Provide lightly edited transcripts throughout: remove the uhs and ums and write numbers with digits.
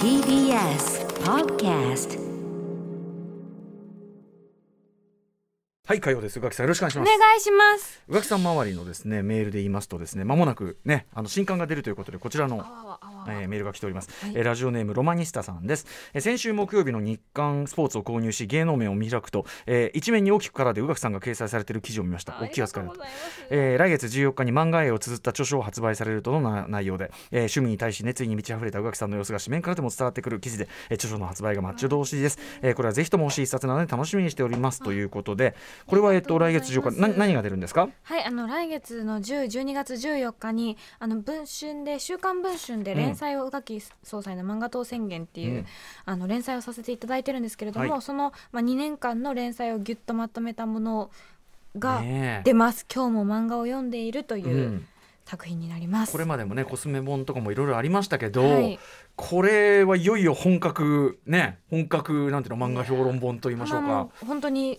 TBS Podcast。 はい、火曜です。宇垣さんよろしくお願いします。 お願いします。 宇垣さん周りのですねメールで言いますとですね、間もなくね新刊が出るということでこちらのメールが来ております、 はい。 ラジオネームロマニスタさんです。先週木曜日の日刊スポーツを購入し芸能面を見開くと、一面に大きくカラーで宇垣さんが掲載されている記事を見ました。大きい扱いだと、来月14日に漫画絵を綴った著書を発売されるとの内容で、趣味に対し熱意に満ち溢れた宇垣さんの様子が紙面からでも伝わってくる記事で、著書の発売が待ち遠しいです。これはぜひとも欲しい一冊なので楽しみにしておりますということで、これは来月14日何が出るんですか？ はい、来月の12月14日に文春で週刊文春で連載を宇垣総裁の漫画党宣言っていう、連載をさせていただいてるんですけれども、その、2年間の連載をギュッとまとめたものが出ます。今日も漫画を読んでいるという作品になります。 これまでもねコスメ本とかもいろいろありましたけど、これはいよいよ本格なんていうの漫画評論本と言いましょうか。 本当に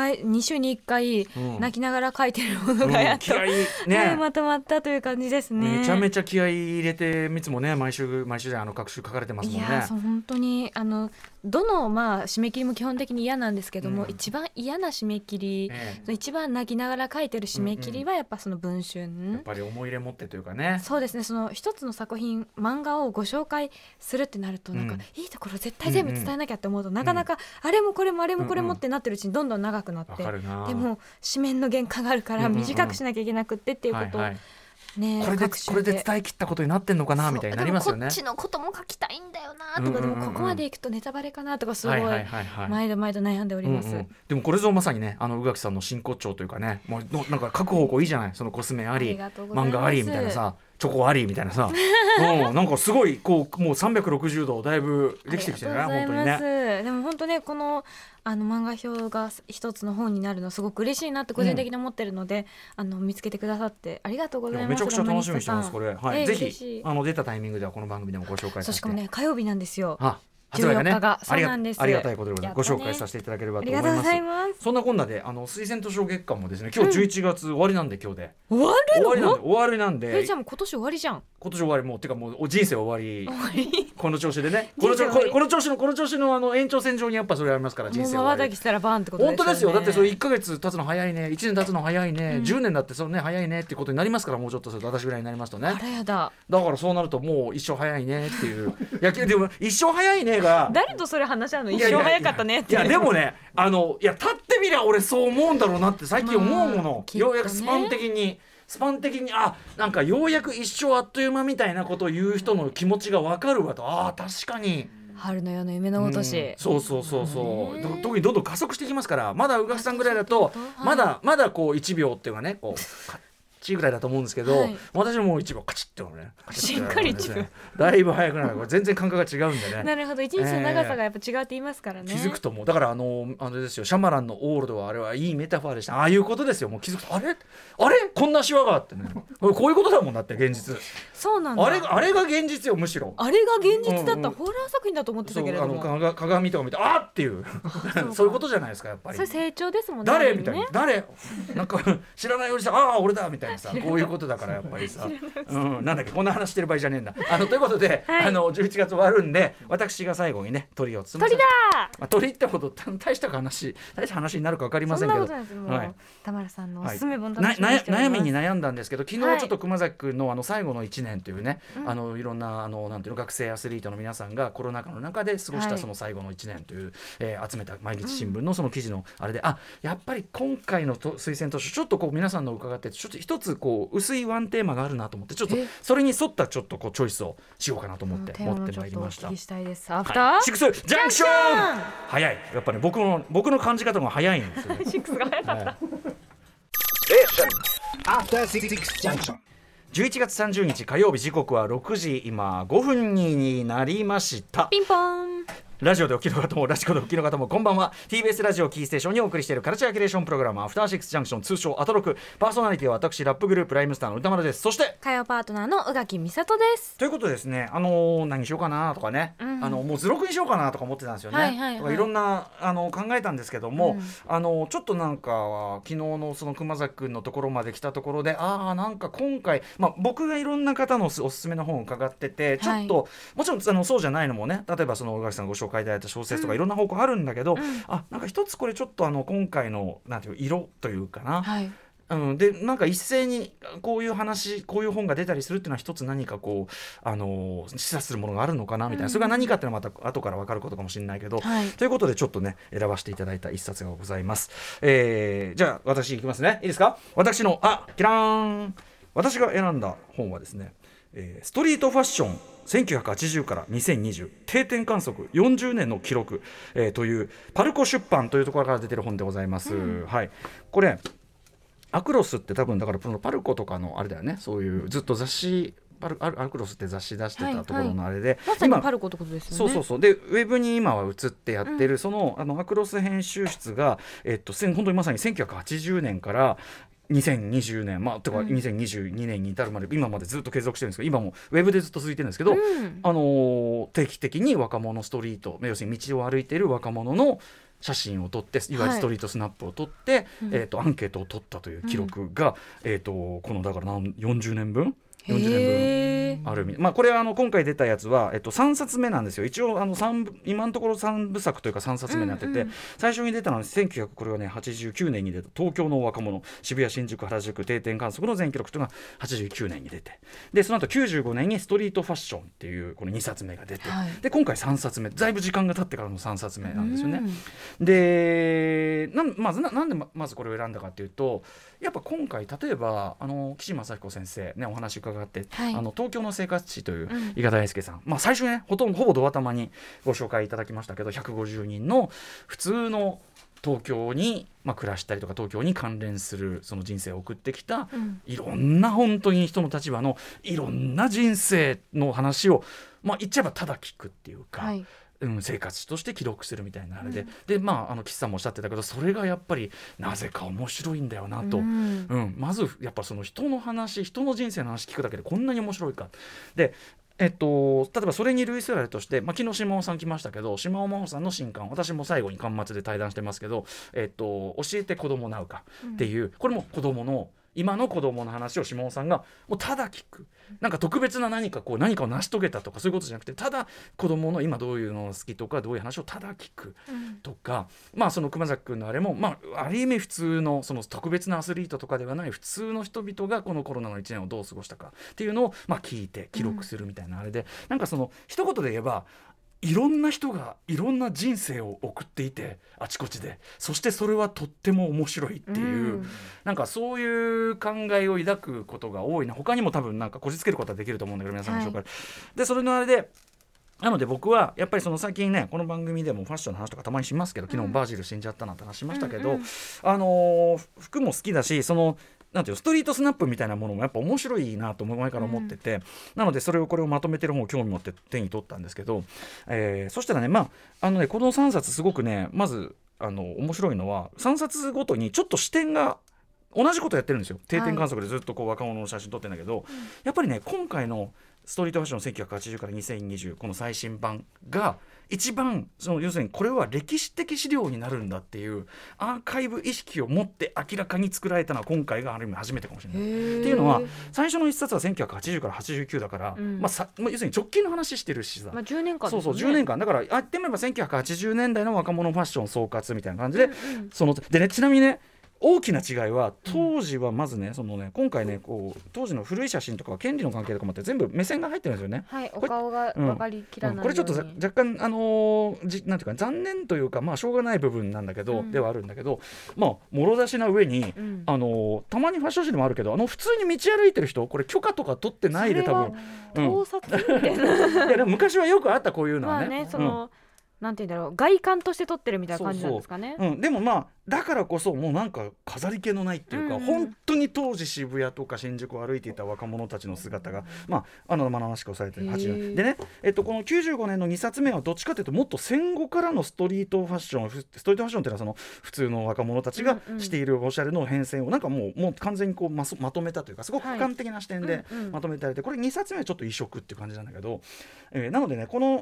2週に1回泣きながら書いてるものがやっと、まとまったという感じですね。 めちゃめちゃ気合い入れていつもね毎週各週書かれてますもんね。 いやそう本当にどの締め切りも基本的に嫌なんですけども、一番嫌な締め切り、一番泣きながら書いてる締め切りはやっぱその文春、 やっぱり思い入れ持ってというかね。 そうですね。その一つの作品漫画をご紹介するってなると、なんかいいところ絶対全部伝えなきゃって思うと、なかなかあれもこれもあれもこれもってなってるうちにどんどん長くなって、でも紙面の原価があるから短くしなきゃいけなくってっていうことをこれで伝え切ったことになってんのかなみたいになりますよね。 こっちのことも書きたいんだよなとか、でもここまでいくとネタバレかなとかすごい毎度悩んでおります。 でもこれぞまさにね宇垣さんの真骨頂というかね、もうなんか各方向いいじゃない。そのコスメあり漫画ありみたいなさ、チョコありみたいなさなんかすごいもう360度だいぶできてきてるね本当にね。 でも本当ねこの漫画表が一つの本になるのすごく嬉しいなって個人的に思ってるので、見つけてくださってありがとうございます。 めちゃくちゃ楽しみにしてますこれ、ぜひ出たタイミングではこの番組でもご紹介させて。 しかもね火曜日なんですよ。 発売がね、 そうなんです。 ありがたいことでございます。ご紹介させていただければと思います。そんなこんなで推薦図書月間もですね、今日11月終わりなんで、今日で終わりなんでじゃあもう今年終わりじゃん。 今年終わり、もうてかもう人生終わりこの調子でね、この調子の延長線上にやっぱそれありますから、人生終わり。 もう瞬きしたらバーンってことですよね。 本当ですよ。だってそれ1ヶ月経つの早いね、1年経つの早いね、10年だって早いねってことになりますから、もうちょっとすると私ぐらいになりますとね。 あれやだ。 だからそうなるともう一生早いねっていうでも一生早いねが誰とそれ話し合うの？一生早かったねって。 いやでもね立ってみりゃ俺そう思うんだろうなって最近思うもの、ようやくスパン的になんかようやく一生あっという間みたいなことを言う人の気持ちが分かるわと。確かに春の夜の夢のごとし、 そう特にどんどん加速していきますから、まだ宇垣さんぐらいだとまだこう1秒っていうかね、こうチーぐらいだと思うんですけど、私ももう1秒カチッってね、 しっかり1秒だいぶ早くなる。これ全然感覚が違うんでね。 なるほど、一日の長さがやっぱ違うって言いますからね。 気づくともうだからあれですよ、シャマランのオールドはあれはいいメタファーでした。ああいうことですよ。もう気づくとあれこんなシワがあってね、こういうことだもんだって現実。 そうなんだ。 あれが現実よ。むしろあれが現実だった、ホラー作品だと思ってたけれども、 鏡とか見てっていうそういうことじゃないですか。やっぱりそれ成長ですもんね。 誰みたいな、なんか知らないおじさん俺だみたいなさ、こういうことだからやっぱりさ、なんだっけ、こんな話してる場合じゃねえんだ。ということで、11月終わるんで、私が最後にね鳥をつませて、鳥ってほど大した話になるか分かりませんけど、 そんなことないです。田村さんのおすすめ本楽しみにしております。 悩みに悩んだんですけど、昨日ちょっと熊崎君の最後の1年というね、いろんななんていうの、学生アスリートの皆さんがコロナ禍の中で過ごしたその最後の1年という、集めた毎日新聞のその記事のあれで、やっぱり今回の推薦図書ちょっとこう皆さんの伺ってちょっと一つこう薄いワンテーマがあるなと思って、ちょっとそれに沿ったちょっとこうチョイスをしようかなと思って持ってまいりました。 お聞きしたいです。アフターシックスジャンクション。早い。やっぱり僕の感じ方が早いんですよね。 シックスが早かった。 アフターシックスジャンクション。 11月30日火曜日、時刻は6時今5分になりました。 ピンポン。 ラジオでお聞きの方もラジコでお聞きの方もこんばんは。 TBS ラジオキーステーションにお送りしているカルチャーキュレーションプログラムアフターシックスジャンクション、通称アトロク。パーソナリティは私ラップグループライムスターの歌丸です。そして火曜パートナーの宇垣美里です。 ということでですね、何しようかなとかね、もう図録にしようかなとか思ってたんですよね、 はいはいはい、 とかいろんな考えたんですけども、ちょっとなんか昨日のその熊崎くんのところまで来たところで、なんか今回、僕がいろんな方のおすすめの本を伺ってて、ちょっと、もちろんそうじゃないのもね、例えばその宇垣さんご紹介いただいた小説とかいろんな方向あるんだけど、なんか一つこれちょっと今回のなんていう色というかな、でなんか一斉にこういう話こういう本が出たりするっていうのは一つ何かこう示唆するものがあるのかなみたいな、それが何かっていうのはまた後から分かることかもしれないけど、ということでちょっとね選ばせていただいた一冊がございます。じゃあ私いきますね。いいですか。私のキラーン、私が選んだ本はですね、ストリートファッション1980から2020定点観測40年の記録、というパルコ出版というところから出てる本でございます。これアクロスって多分だからパルコとかのあれだよね、そういうずっと雑誌アクロスって雑誌出してたところのあれで、 まさにパルコってことですよね。 そうでウェブに今は移ってやってる、そのアクロス編集室が、本当にまさに1980年から2020年、とか2022年に至るまで今までずっと継続してるんですけど、今もウェブでずっと続いてるんですけど、定期的に若者ストリート、要するに道を歩いている若者の写真を撮って、いわゆるストリートスナップを撮って、アンケートを取ったという記録が、このだから40年分ある意味、これは今回出たやつは、3冊目なんですよ。一応今のところ3部作というか3冊目になってて、最初に出たのは1989年に出た東京の若者渋谷新宿原宿定点観測の全記録というのが89年に出て、でその後95年にストリートファッションっていうこの2冊目が出て、で今回3冊目、だいぶ時間が経ってからの3冊目なんですよね。でなんでまずこれを選んだかっていうと、やっぱ今回例えば岸正彦先生ねお話伺って、東京の生活史という伊賀大輔さん、最初ねほぼドア玉にご紹介いただきましたけど、150人の普通の東京に、暮らしたりとか東京に関連するその人生を送ってきた、いろんな本当に人の立場のいろんな人生の話を、言っちゃえばただ聞くっていうか、生活史として記録するみたいなあれで、岸さんもおっしゃってたけど、それがやっぱりなぜか面白いんだよなと、まずやっぱその人の話、人の人生の話聞くだけでこんなに面白いかで、例えばそれに類するあれとして、昨日島尾さん来ましたけど、島尾真帆さんの新刊、私も最後に巻末で対談してますけど、教えて子供なうかっていう、これも今の子供の話を島尾さんがもうただ聞く、なんか特別な何かを成し遂げたとかそういうことじゃなくて、ただ子供の今どういうのが好きとかどういう話をただ聞くとか、その熊崎君のあれも、ある意味普通のその特別なアスリートとかではない普通の人々がこのコロナの1年をどう過ごしたかっていうのを聞いて記録するみたいなあれで、なんかその一言で言えばいろんな人がいろんな人生を送っていて、あちこちで、そしてそれはとっても面白いっていう、なんかそういう考えを抱くことが多いな。他にも多分なんかこじつけることはできると思うんだけど、皆さんの紹介、でそれのあれで、なので僕はやっぱりその最近ねこの番組でもファッションの話とかたまにしますけど、昨日バージル死んじゃったなんて話しましたけど、服も好きだし、そのなんていうストリートスナップみたいなものもやっぱ面白いなと前から思ってて、なのでこれをまとめてる本を興味持って手に取ったんですけど、そしたらねこの3冊すごくね、まず面白いのは3冊ごとにちょっと視点が同じことやってるんですよ。定点観測でずっとこう若者の写真撮ってるんだけど、やっぱりね今回のストリートファッション1980から2020この最新版が一番要するにこれは歴史的資料になるんだっていうアーカイブ意識を持って明らかに作られたのは今回がある意味初めてかもしれない。っていうのは最初の一冊は1980から89だから、要するに直近の話してるしさ、 10年間ですね。 そう10年間だから言ってみれば1980年代の若者ファッション総括みたいな感じで、でね、ちなみにね大きな違いは当時はまずね、今回ねこう当時の古い写真とか権利の関係とかもあって全部目線が入ってるんですよね。 お顔が分かりきらないように、 これちょっと若干なんていうか残念というかしょうがない部分なんだけど、ではあるんだけど、もろ出しな上に、たまにファッション誌でもあるけど普通に道歩いてる人これ許可とか取ってないで多分盗撮みたいな、 いやでも昔はよくあったこういうのはね。 なんていうんだろう、外観として撮ってるみたいな感じなんですかね。 でもまあだからこそもうなんか飾り気のないっていうか、本当に当時渋谷とか新宿を歩いていた若者たちの姿が、生々しくされてる80年でね、この95年の2冊目はどっちかというともっと戦後からのストリートファッションっていうのはその普通の若者たちがしているおしゃれの変遷をなんかもう完全にこうまとめたというか、すごく俯瞰的な視点でまとめてあれて、これ2冊目はちょっと異色っていう感じなんだけど、なのでね、この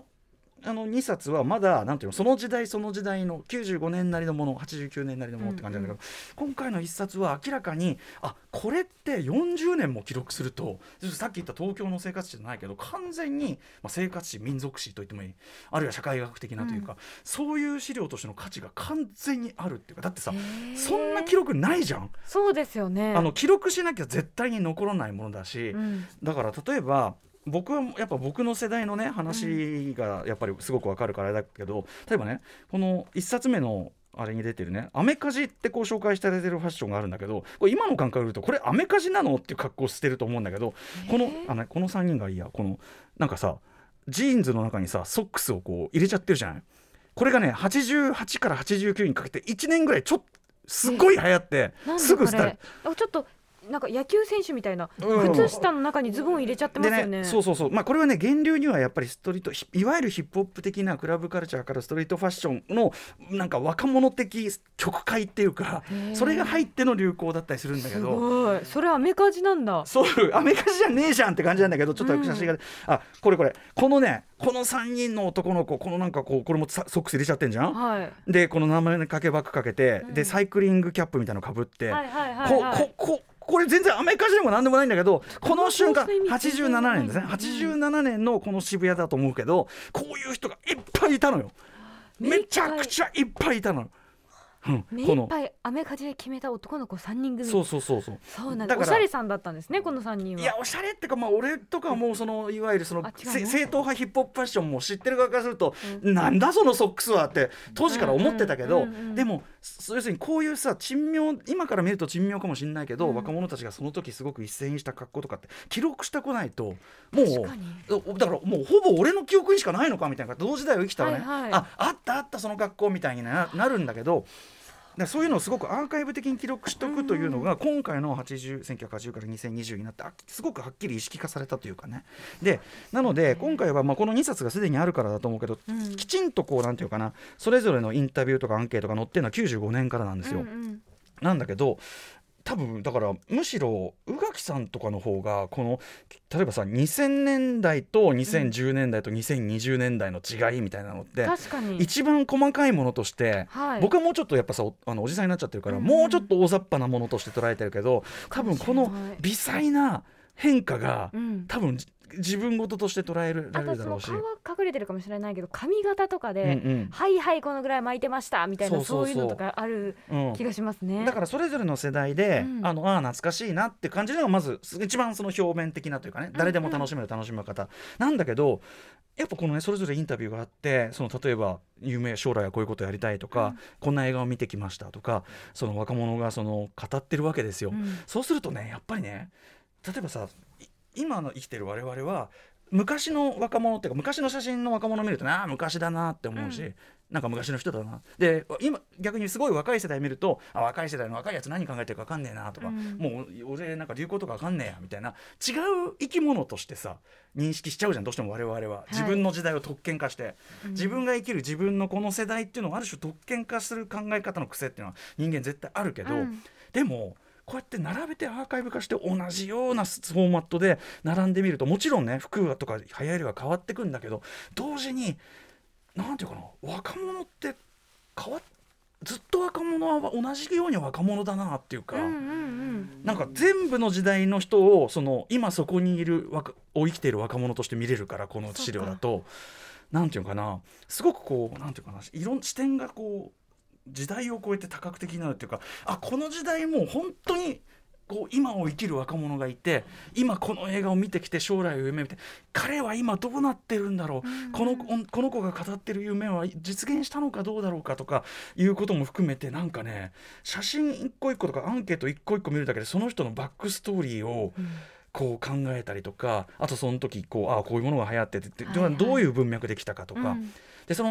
2冊はまだなんていうの、その時代その時代の95年なりのもの、89年なりのものって感じなんだけど、今回の1冊は明らかにこれって40年も記録すると、さっき言った東京の生活史じゃないけど完全に、生活史民族史と言ってもいい、あるいは社会学的なというか、そういう資料としての価値が完全にあるっていうか、だってさそんな記録ないじゃん。 そうですよね。 記録しなきゃ絶対に残らないものだし、だから例えば僕はやっぱ僕の世代のね話がやっぱりすごくわかるからだけど、例えばねこの1冊目のあれに出てるねアメカジってこう紹介されてるファッションがあるんだけど、これ今の感覚で言うとこれアメカジなのっていう格好してると思うんだけど、この3人がいいや、このなんかさジーンズの中にさソックスをこう入れちゃってるじゃない。これがね88から89にかけて1年ぐらいちょっとすごい流行ってすぐ廃れ、 ちょっとなんか野球選手みたいな靴下の中にズボンを入れちゃってますよね。 そうこれはね源流にはやっぱりストリート、いわゆるヒップホップ的なクラブカルチャーからストリートファッションのなんか若者的曲解っていうか、それが入っての流行だったりするんだけど、 すごい、それアメカジなんだ。 そうアメカジじゃねえじゃんって感じなんだけど、ちょっと写真が、これこのねこの3人の男の子、このなんかこれもソックス入れちゃってんじゃん、でこの名前にかけバッグかけて、でサイクリングキャップみたいなのかぶって、これ全然アメカジでもなんでもないんだけど、この瞬間87年ですね、87年のこの渋谷だと思うけど、こういう人がいっぱいいたのよ。めちゃくちゃいっぱいいたの。 目いっぱいアメカジで決めた男の子3人組。 そうなんだ、おしゃれさんだったんですねこの3人は。 いやおしゃれってか、俺とかもそのいわゆるその正統派ヒップホップファッションも知ってる側からすると、なんだそのソックスはって当時から思ってたけど、でも要するにこういうさ珍妙、今から見ると珍妙かもしれないけど、若者たちがその時すごく一斉にした格好とかって記録してこないと、もうだからもうほぼ俺の記憶にしかないのかみたいな、同時代を生きたらね、あったその格好みたいになるんだけど、そういうのをすごくアーカイブ的に記録しておくというのが今回の1980から2020になってすごくはっきり意識化されたというかね。でなので今回はこの2冊がすでにあるからだと思うけど、きちんとこうなんていうかな、それぞれのインタビューとかアンケートが載ってるのは95年からなんですよ。なんだけど多分だからむしろ宇垣さんとかの方がこの例えばさ2000年代と2010年代と2020年代の違いみたいなのって一番細かいものとして、僕はもうちょっとやっぱさおじさんになっちゃってるから、もうちょっと大雑把なものとして捉えてるけど、多分この微細な変化が多分自分事として捉えられるだろうし、 あとその顔は隠れてるかもしれないけど髪型とかで、はいこのぐらい巻いてましたみたいな、そういうのとかある気がしますね。 だからそれぞれの世代で、懐かしいなって感じるのがまず一番その表面的なというかね、誰でも楽しめる楽しみ方なんだけど、やっぱこのねそれぞれインタビューがあって、その例えば将来はこういうことやりたいとか、こんな映画を見てきましたとか、その若者がその語ってるわけですよ。そうするとねやっぱりね、例えばさ今の生きてる我々は昔の若者っていうか昔の写真の若者を見ると昔だなって思うし、なんか昔の人だな。で今逆にすごい若い世代見ると、若い世代の若いやつ何考えてるか分かんねえなとか、もう俺なんか流行とか分かんねえやみたいな、違う生き物としてさ認識しちゃうじゃん、どうしても我々は自分の時代を特権化して、自分が生きる自分のこの世代っていうのをある種特権化する考え方の癖っていうのは人間絶対あるけど、でもこうやって並べてアーカイブ化して同じようなフォーマットで並んでみると、もちろんね服とか流行りは変わってくんだけど、同時になんていうかな、若者ってずっと若者は同じように若者だなっていうか、なんか全部の時代の人を今そこにいる生きている若者として見れるから、この資料だとなんていうかな、すごくこうなんていうかな、視点がこう時代を超えて多角的になるっていうか、この時代も本当にこう今を生きる若者がいて、今この映画を見てきて将来を夢見て、彼は今どうなってるんだろう、この子が語ってる夢は実現したのかどうだろうかとかいうことも含めて、なんかね写真一個一個とかアンケート一個一個見るだけでその人のバックストーリーをこう考えたりとか、あとその時こういうものが流行ってて、どういう文脈できたかとか、でその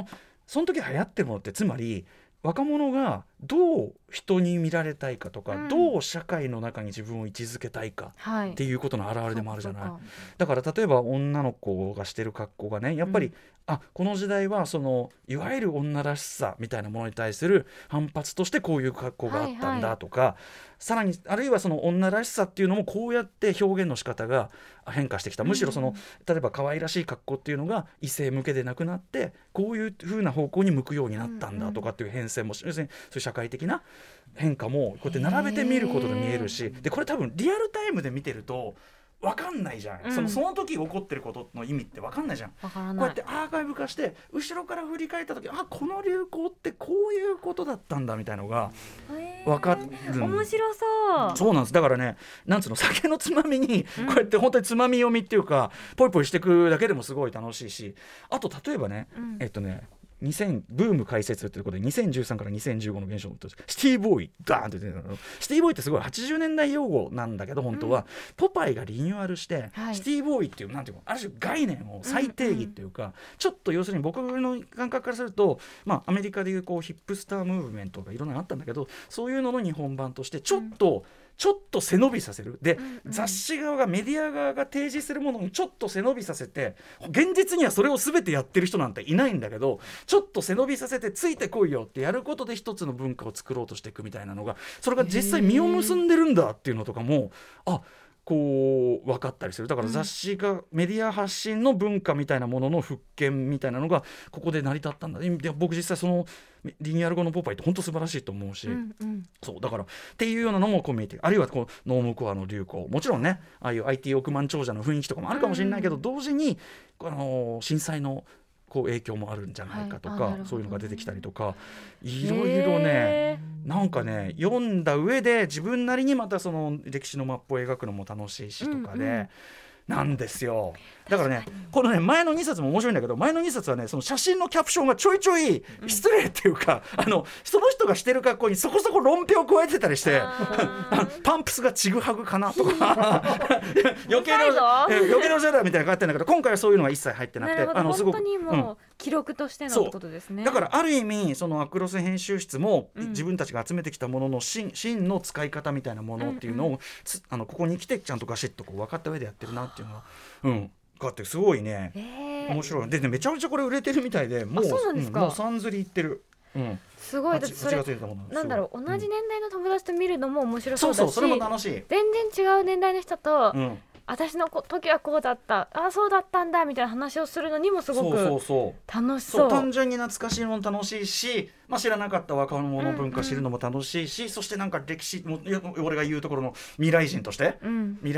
その時流行ってるものってつまり若者がどう人に見られたいかとか、どう社会の中に自分を位置づけたいかっていうことの表れでもあるじゃない、だから例えば女の子がしてる格好がねやっぱり、この時代はそのいわゆる女らしさみたいなものに対する反発としてこういう格好があったんだとか、さらにあるいはその女らしさっていうのもこうやって表現の仕方が変化してきた、むしろその例えば可愛らしい格好っていうのが異性向けでなくなってこういう風な方向に向くようになったんだとかっていう変遷も、要するにそういう社会的な変化もこうやって並べて見ることで見えるし、でこれ多分リアルタイムで見てると分かんないじゃん、その時起こってることの意味って分かんないじゃん。こうやってアーカイブ化して後ろから振り返った時この流行ってこういうことだったんだみたいなのが分かる。 面白そうなんです。だからねなんつうの酒のつまみにこうやって本当につまみ読みっていうか、ポイポイしていくだけでもすごい楽しいし、あと例えばね、2000ブーム解説ということで2013から2015の現象のシティボーイダーンって出てたの。シティボーイってすごい80年代用語なんだけど本当は、ポパイがリニューアルして、シティボーイっていうなんていうのある種概念を再定義っていうか、ちょっと要するに僕の感覚からすると、アメリカでいうこうヒップスタームーブメントがいろんなのあったんだけど、そういうのの日本版としてちょっと背伸びさせるで、雑誌側がメディア側が提示するものにちょっと背伸びさせて、現実にはそれを全てやってる人なんていないんだけどちょっと背伸びさせてついてこいよってやることで一つの文化を作ろうとしていくみたいなのが、それが実際実を結んでるんだっていうのとかもこう分かったりする。だから雑誌がメディア発信の文化みたいなものの復権みたいなのがここで成り立ったんだ。で僕実際そのリニューアル後のポパイって本当素晴らしいと思うし、そうだからっていうようなのも込めて、あるいはこうノームコアの流行、もちろんねああいう IT 億万長者の雰囲気とかもあるかもしれないけど、同時に震災のこう影響もあるんじゃないかとか、そういうのが出てきたりとか、いろいろねなんかね読んだ上で自分なりにまたその歴史のマップを描くのも楽しいしとかで、なんですよ。だからねこのね前の2冊も面白いんだけど、前の2冊はねその写真のキャプションがちょいちょい失礼っていうか、その人がしてる格好にそこそこ論評を加えてたりしてパンプスがちぐはぐかなとか余計なおしゃれみたいなのがあってんだけど、今回はそういうのが一切入ってなくて、 すごく本当にもう記録としてのことですね。 だからある意味そのアクロス編集室も自分たちが集めてきたものの真の使い方みたいなものっていうのをここに来てちゃんとガシッとこう分かった上でやってるなっていうのはこうやってすごいね、面白い。でめちゃめちゃこれ売れてるみたいで、もうさんずりいってる。 すごい。だってそれなんだろう、同じ年代の友達と見るのも面白そうだし、 それも楽しい。 全然違う年代の人と、私の時はこうだった、そうだったんだみたいな話をするのにもすごく楽しそう。 単純に懐かしいもの楽しいし、知らなかった若者文化知るのも楽しいし、そしてなんか歴史も俺が言うところの未来人として、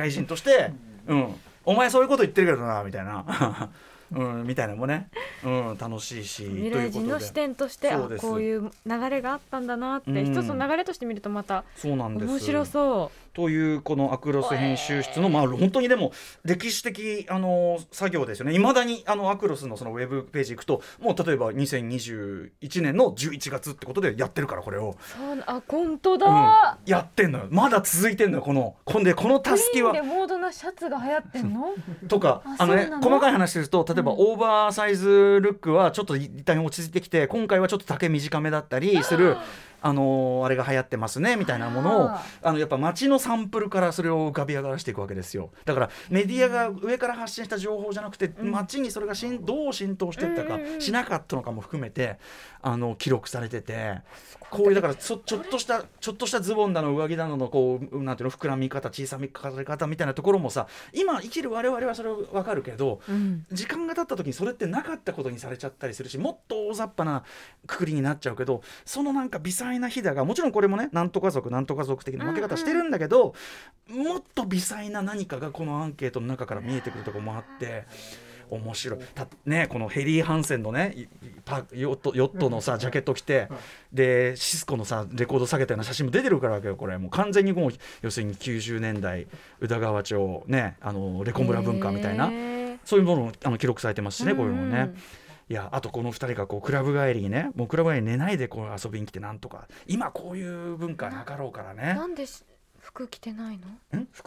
お前そういうこと言ってるけどなみたいなみたいなのもね、楽しいし、 未来人の視点としてこういう流れがあったんだなって、一つの流れとして見るとまた面白そうというこのアクロス編集室の、本当にでも歴史的作業ですよね。いまだにアクロスのそのウェブページ行くと、もう例えば2021年の11月ってことでやってるから、これを本当だ、 やってんのよ。まだ続いてんのよ。このタスキはグリーンでモードなシャツが流行ってんのとか細かい話すると、例えばオーバーサイズルックはちょっと一旦落ち着いてきて、今回はちょっと丈短めだったりするあれが流行ってますねみたいなものをやっぱ街のサンプルからそれを浮かび上がらせていくわけですよ。だからメディアが上から発信した情報じゃなくて、街にそれがどう浸透していったか、しなかったのかも含めて記録されてて、こういうだからちょっとしたズボンだの上着だののこうなんていうの膨らみ方、小さみ方みたいなところもさ、今生きる我々はそれ分かるけど、時間が経った時にそれってなかったことにされちゃったりするし、もっと大雑把なくくりになっちゃうけど、そのなんか微細なひだが、もちろんこれもねなんとか族的な分け方してるんだけど、もっと微細な何かがこのアンケートの中から見えてくるところもあって面白い。このヘリー・ハンセンのねヨットのさジャケット着て、でシスコのさレコード下げたような写真も出てるからわけよ。これもう完全にもう要するに90年代宇田川町ねレコ村文化みたいな、そういうものを記録されてますしね、こういうのね。いや、あとこの2人がこうクラブ帰りにね、もうクラブ帰りに寝ないでこう遊びに来て、なんとか今こういう文化なかろうからね。 なんで服着てないの？ 服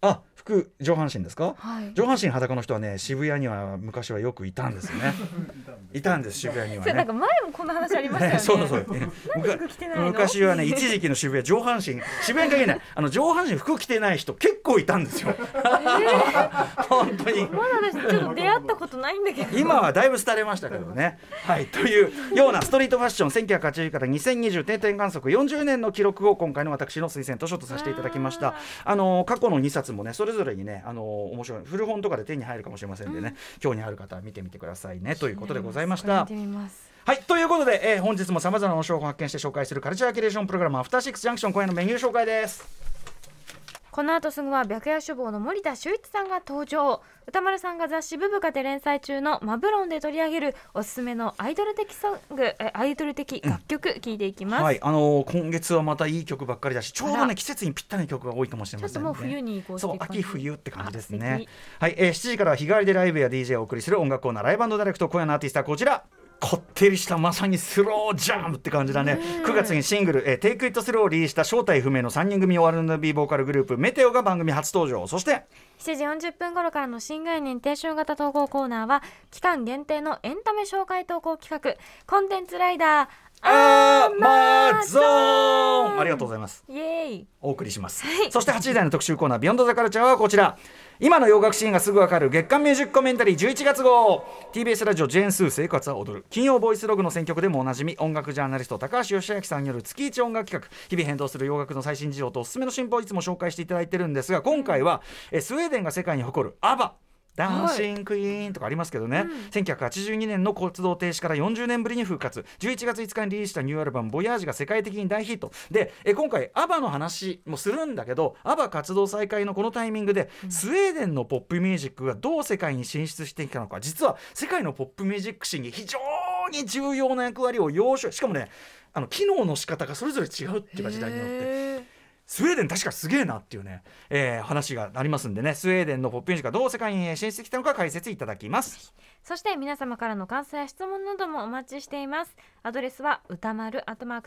あ、服上半身ですか、 はい、 上半身裸の人はね渋谷には昔はよくいたんですよねいたんです渋谷にはね。 なんか前もこんな話ありましたよねそうそう服着てないの昔はね一時期の渋谷上半身渋谷に限らない上半身服着てない人結構いたんですよ、本当にまだ私ちょっと出会ったことないんだけど今はだいぶ廃れましたけどねはいというようなストリートファッション1980から2020定点観測40年の記録を今回の私の推薦図書とさせていただきました。過去の2冊もねそれぞれにね面白い古本とかで手に入るかもしれませんでね、興味ある方は見てみてくださいねということでございました。はいということで、本日も様々な面白を発見して紹介するカルチャーキュレーションプログラムアフターシックスジャンクション、今夜のメニュー紹介です。 この後すぐは白夜書房の森田修一さんが登場。歌丸さんが雑誌ブブカで連載中のマブロンで取り上げるおすすめのアイドル的楽曲聞いていきます、 はい、今月はまたいい曲ばっかりだしちょうどね季節にぴったりな曲が多いかもしれませんね。 ちょっともう冬に移行してそう秋冬って感じですね。はい、7時からは日替わりでライブや DJ をお送りする音楽コーナーライブ&ダイレクト。今夜のアーティストはこちら、こってりしたまさにスロージャムって感じだね。9月にシングル「Take It Slow」をリリースした正体不明の3人組R&B ボーカルグループメテオが番組初登場。そして 7時40分頃からの新概念提唱型投稿コーナーは期間限定のエンタメ紹介投稿企画コンテンツライダーアマゾン、ありがとうございます。 イエーイお送りします、 はい、 そして8時台の特集コーナービヨンドザカルチャーはこちら、今の洋楽シーンがすぐわかる月刊ミュージックコメンタリー11月号。 TBS ラジオジェーンスー生活は踊る金曜ボイスログの選曲でもおなじみ音楽ジャーナリスト高橋義明さんによる月一音楽企画、日々変動する洋楽の最新事情とおすすめの進歩をいつも紹介していただいてるんですが、今回はスウェーデンが世界に誇るアバダンシングクイーンとかありますけどね、1982年の活動停止から40年ぶりに復活、11月5日にリリースしたニューアルバムボヤージが世界的に大ヒットで、今回アバの話もするんだけど、アバ活動再開のこのタイミングで、スウェーデンのポップミュージックがどう世界に進出してきたのか、実は世界のポップミュージックシーンに非常に重要な役割を要所、しかもね機能の仕方がそれぞれ違うっていうか、時代によってスウェーデン確かすげえなっていうね、話がありますんでね、スウェーデンのポップミュージックがどう世界に進出してきたのか解説いただきます。 そして皆様からの感想や質問などもお待ちしています。アドレスは歌丸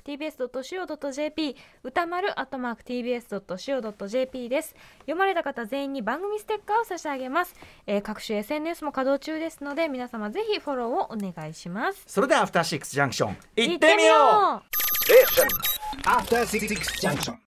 @tbs.co.jp 歌丸@tbs.co.jp です。読まれた方全員に番組ステッカーを差し上げます。各種 SNS も稼働中ですので皆様ぜひフォローをお願いします。 それではアフターシックスジャンクション行ってみよう。 After 66 junction.